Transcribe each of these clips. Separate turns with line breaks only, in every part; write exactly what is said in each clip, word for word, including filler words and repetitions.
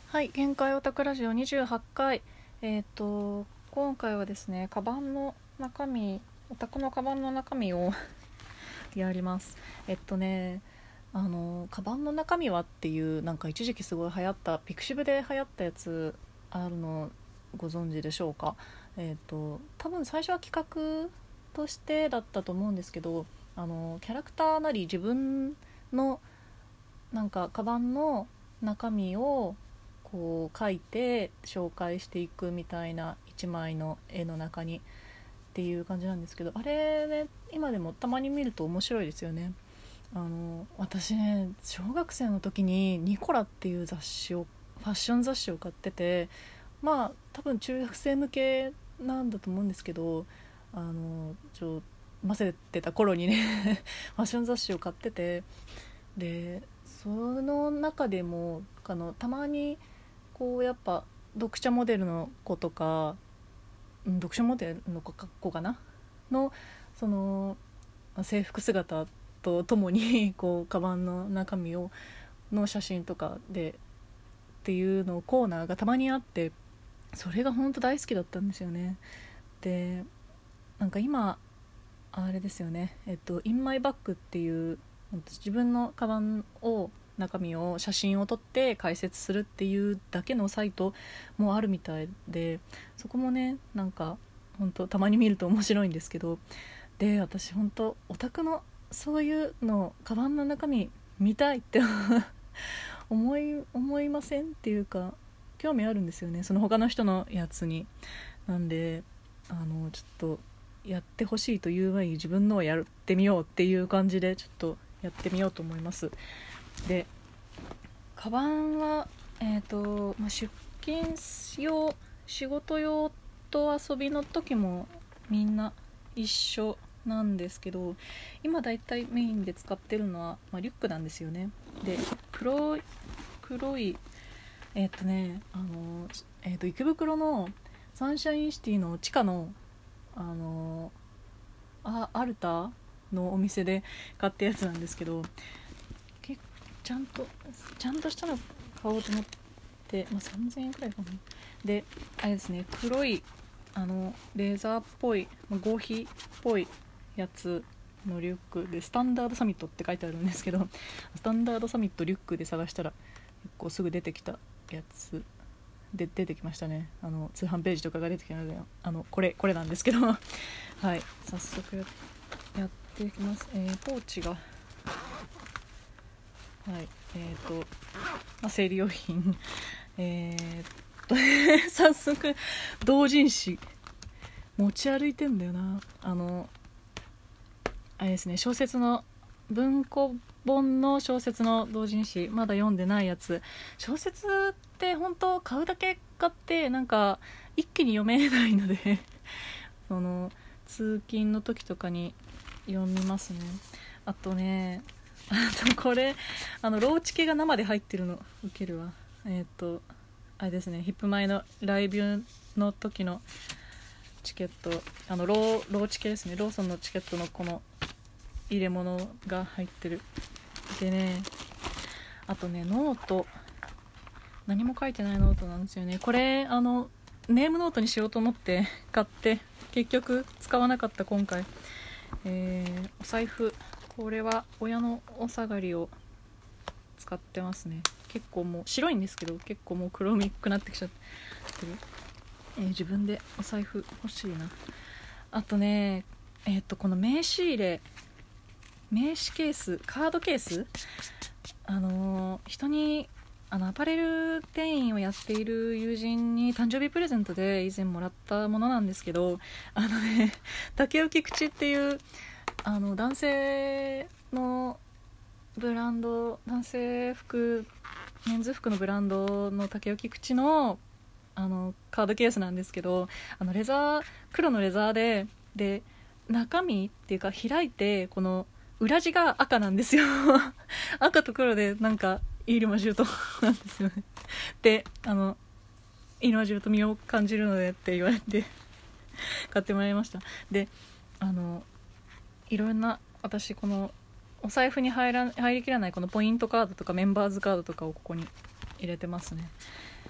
はい、限界オタクラジオにじゅうはちかい。えっ、と今回はですね、カバンの中身、オタクのカバンの中身をやります。えっとね、あのカバンの中身はっていうなんか一時期すごい流行ったピクシブで流行ったやつあるのご存知でしょうか。えっと多分最初は企画としてだったと思うんですけど、あのキャラクターなり自分のなんかカバンの中身をこう書いて紹介していくみたいないちまいの絵の中にっていう感じなんですけど、あれね、今でもたまに見ると面白いですよね。あの私ね、小学生の時にニコラっていう雑誌をファッション雑誌を買ってて、まあ多分中学生向けなんだと思うんですけど、あのちょ混ぜてた頃にねファッション雑誌を買ってて、でその中でもあのたまにこうやっぱ読者モデルの子とか、うん、読者モデルの子か子かなのその制服姿とともにこうカバンの中身をの写真とかでっていうのコーナーがたまにあって、それが本当大好きだったんですよね。でなんか今あれですよね、えっと In My Bag っていう自分のカバンを中身を写真を撮って解説するっていうだけのサイトもあるみたいで、そこもねなんか本当たまに見ると面白いんですけど、で私本当オタクのそういうのカバンの中身見たいって思い思いませんっていうか、興味あるんですよね、その他の人のやつに。なんであのちょっとやってほしいという前に自分のをやってみようっていう感じでちょっとやってみようと思います。でカバンは、えーとまあ、出勤用仕事用と遊びの時もみんな一緒なんですけど、今だいたいメインで使ってるのは、まあ、リュックなんですよね。で黒い黒いえっ、とねあの、えー、と池袋のサンシャインシティの地下のあのあアルタのお店で買ったやつなんですけど、結ちゃんとちゃんとしたの買おうと思って、まあ、さんぜんえんくらいかな。であれですね、黒いあのレーザーっぽい合皮っぽいやつのリュックでスタンダードサミットって書いてあるんですけど、スタンダードサミットリュックで探したら結構すぐ出てきたやつで出てきましたね。あの通販ページとかが出てきたので、あのこれこれなんですけどはい、早速 や, やっていきます。えー、ポーチがはいえーと、まあ、生理用品えーっと早速同人誌持ち歩いてんだよな。あのあれですね、小説の文庫本の小説の同人誌まだ読んでないやつ。小説って本当買うだけ買ってなんか一気に読めないのでその通勤の時とかに読みますね。あとねあとこれあのローチケが生で入ってるのウケるわ。えっ、ー、とあれですね、ヒップ前のライブの時のチケット、あのローローチケですね、ローソンのチケットのこの入れ物が入ってる。でね、あとねノート、何も書いてないノートなんですよね。これあのネームノートにしようと思って買って結局使わなかった今回。えー、お財布、これは親のお下がりを使ってますね。結構もう白いんですけど結構もう黒みくなってきちゃってる。えー、自分でお財布欲しいな。あとねえー、っとこの名刺入れ、名刺ケース、カードケース、あのー、人にあのアパレル店員をやっている友人に誕生日プレゼントで以前もらったものなんですけど、あのね竹内口っていうあの男性のブランド、男性服メンズ服のブランドの竹内口のあのカードケースなんですけど、あのレザー、黒のレザーでで中身っていうか開いてこの裏地が赤なんですよ赤と黒でなんかイルマジュートなんですよね。であのイルマジュート身を感じるのでって言われて買ってもらいました。であのいろんな、私このお財布に入ら入りきらないこのポイントカードとかメンバーズカードとかをここに入れてますね。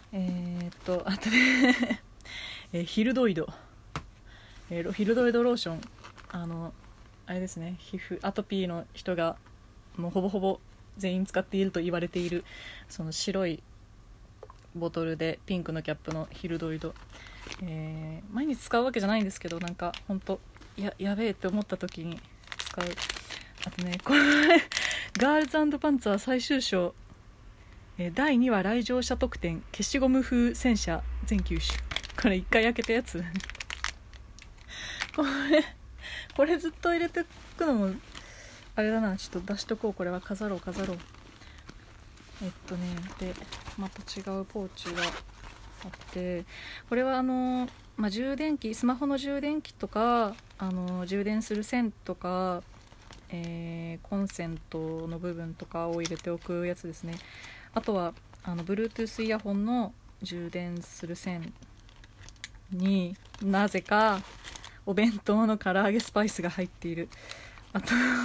えー、っとあとねえー、ヒルドイド、えー、ヒルドイドローション、あのあれですね、皮膚アトピーの人がもうほぼほぼ全員使っていると言われている、その白いボトルでピンクのキャップのヒルドイド、えー、毎日使うわけじゃないんですけど、なんかほんと や, やべえって思った時に使う。あとね、これガールズ&パンツァー最終章、えー、だいにわ来場者特典消しゴム風戦車全きゅう種、これ一回開けたやつこれこれずっと入れてくのもあれだな、ちょっと出しとこう。これは飾ろう飾ろう。えっとねでまた違うポーチがあって、これはあの、まあ、充電器、スマホの充電器とか、あの充電する線とか、えー、コンセントの部分とかを入れておくやつですね。あとはあの Bluetooth イヤホンの充電する線になぜかお弁当の唐揚げスパイスが入っている。あと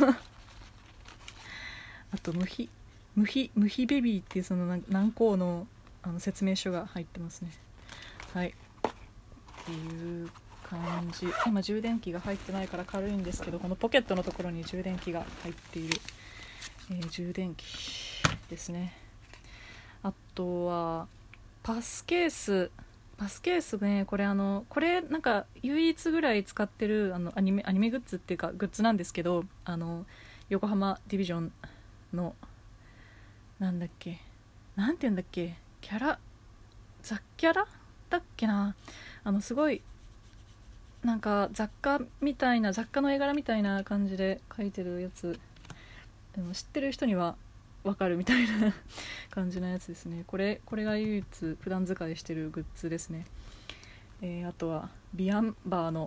あと無比無比無比ベビーっていうその軟膏のあの説明書が入ってますね。はいっていう感じ。今充電器が入ってないから軽いんですけど、このポケットのところに充電器が入っている、えー、充電器ですね。あとはパスケースパスケースね、これあのこれなんか唯一ぐらい使ってるあのアニメアニメグッズっていうかグッズなんですけど、あの横浜ディビジョンのなんだっけなんて言うんだっけキャラ雑キャラだっけな、あのすごいなんか雑貨みたいな雑貨の絵柄みたいな感じで描いてるやつ、知ってる人にはわかるみたいな感じのやつですね。これこれが唯一普段使いしてるグッズですね。えー、あとはビアンバーの、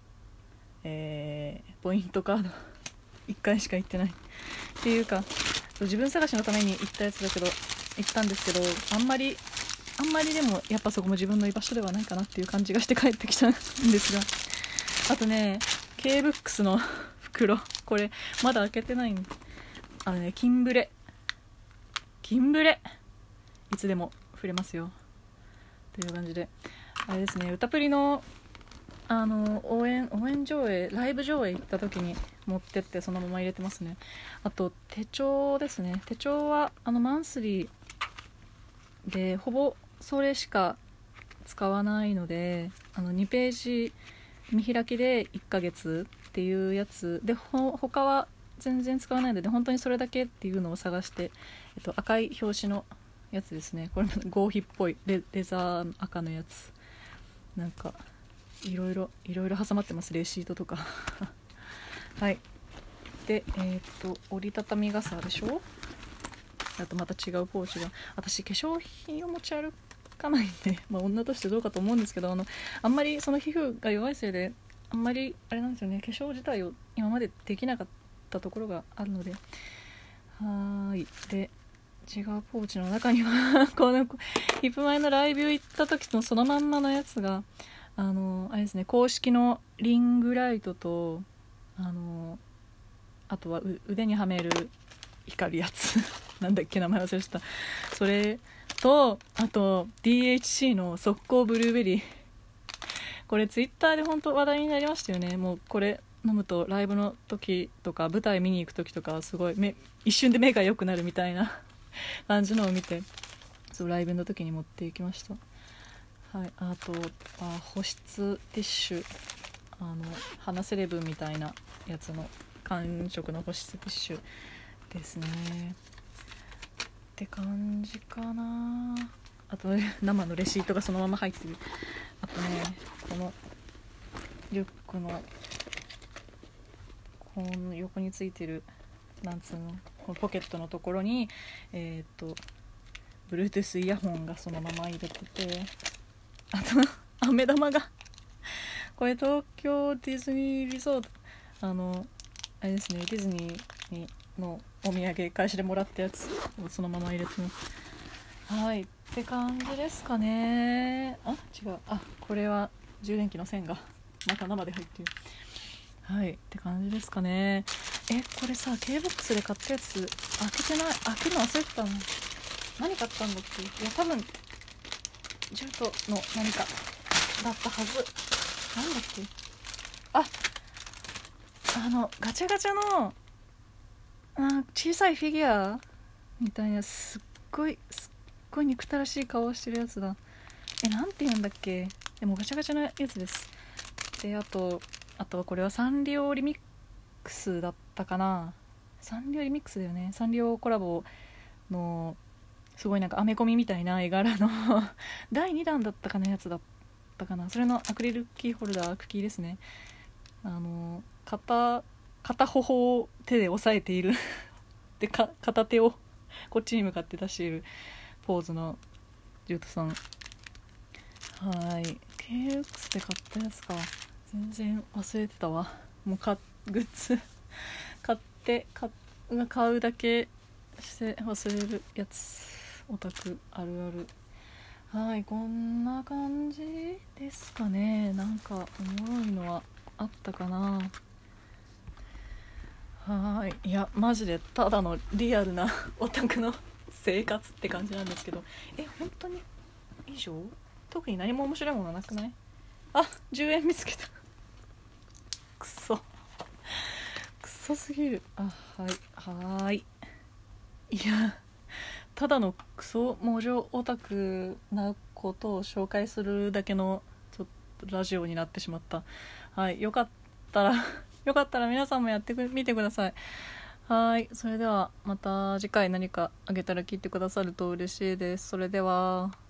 えー、ポイントカードいっかいしか行ってないっていうか、自分探しのために行ったやつだけど行ったんですけど、あんまりあんまりでもやっぱそこも自分の居場所ではないかなっていう感じがして帰ってきたんですが、あとね K ブックスの袋、これまだ開けてないん、あのねキンブレキンブレいつでも触れますよという感じで、あれですね、歌プリのあの応援応援上映ライブ上映行った時に持ってってそのまま入れてますね。あと手帳ですね。手帳はあのマンスリーでほぼそれしか使わないので、あのにページ見開きでいっかげつっていうやつで、ほ他は全然使わないので本当にそれだけっていうのを探して、えっと、赤い表紙のやつですね。これ合皮っぽい レ, レザー赤のやつ、なんかいろいろいろいろ挟まってます。レシートとかはいでえー、っと折りたたみ傘でしょ。あとまた違うポーチが、私化粧品を持ち歩かないんで、まあ、女としてどうかと思うんですけど、あのあんまりその皮膚が弱いせいであんまりあれなんですよね、化粧自体を今までできなかったところがあるので、はーいで違うポーチの中にはこのヒップマイのライブ行った時のそのまんまのやつが、あのあれですね、公式のリングライトと、あのあとは腕にはめる光るやつなんだっけ名前忘れちゃった。それとあと ディーエイチシー の速攻ブルーベリー、これツイッターで本当話題になりましたよね。もうこれ飲むとライブの時とか舞台見に行く時とかすごい目一瞬で目が良くなるみたいな感じのを見て、そうライブの時に持っていきました。はい、あとあ保湿ティッシュ、あの花セレブみたいなやつの寒色の保湿ティッシュですねって感じかな。あと、ね、生のレシートがそのまま入ってる。あとねこのリュックのこの横についてるなんつうのこのポケットのところにえっと Bluetooth イヤホンがそのまま入れてて、あと飴玉がこれ東京ディズニーリゾート、あのあれですね、ディズニーのお土産会社でもらったやつをそのまま入れてます。はいって感じですかね。あ違うあこれは充電器の線がまた生で入ってる。はいって感じですかね。えこれさ K ボックスで買ったやつ開けてない、開けるの忘れてたの。何買ったんだっけ。いや多分ジュートの何かだったはず。なんだっけ、ああのガチャガチャのあ小さいフィギュアみたいな、すっごいすっごい憎たらしい顔してるやつだ。え、なんて言うんだっけ。でもガチャガチャのやつです。で、あとあとこれはサンリオリミックスだったかな。サンリオリミックスだよね。サンリオコラボのすごいなんかアメコミみたいな絵柄のだいにだんだったかなやつだったかな。それのアクリルキーホルダー茎ですね。あの片片頬を手で押さえているでか片手をこっちに向かって出しているポーズのジュートさん。はい、 ケーエックス で買ったやつか。全然忘れてたわ。もうかグッズ買って買買うだけして忘れるやつ、オタクあるある。はい、こんな感じですかね。なんかおもろいのはあったかな。はい、いやマジでただのリアルなオタクの生活って感じなんですけど、え本当に以上特に何も面白いものなくない？あ、じゅうえん見つけたくそくそすぎる。あ、はいはい、いやただのクソ文字オタクなことを紹介するだけのちょっとラジオになってしまった。はい、よかったらよかったら皆さんもやってみてください。はい、それではまた次回何かあげたら聞いてくださると嬉しいです。それでは。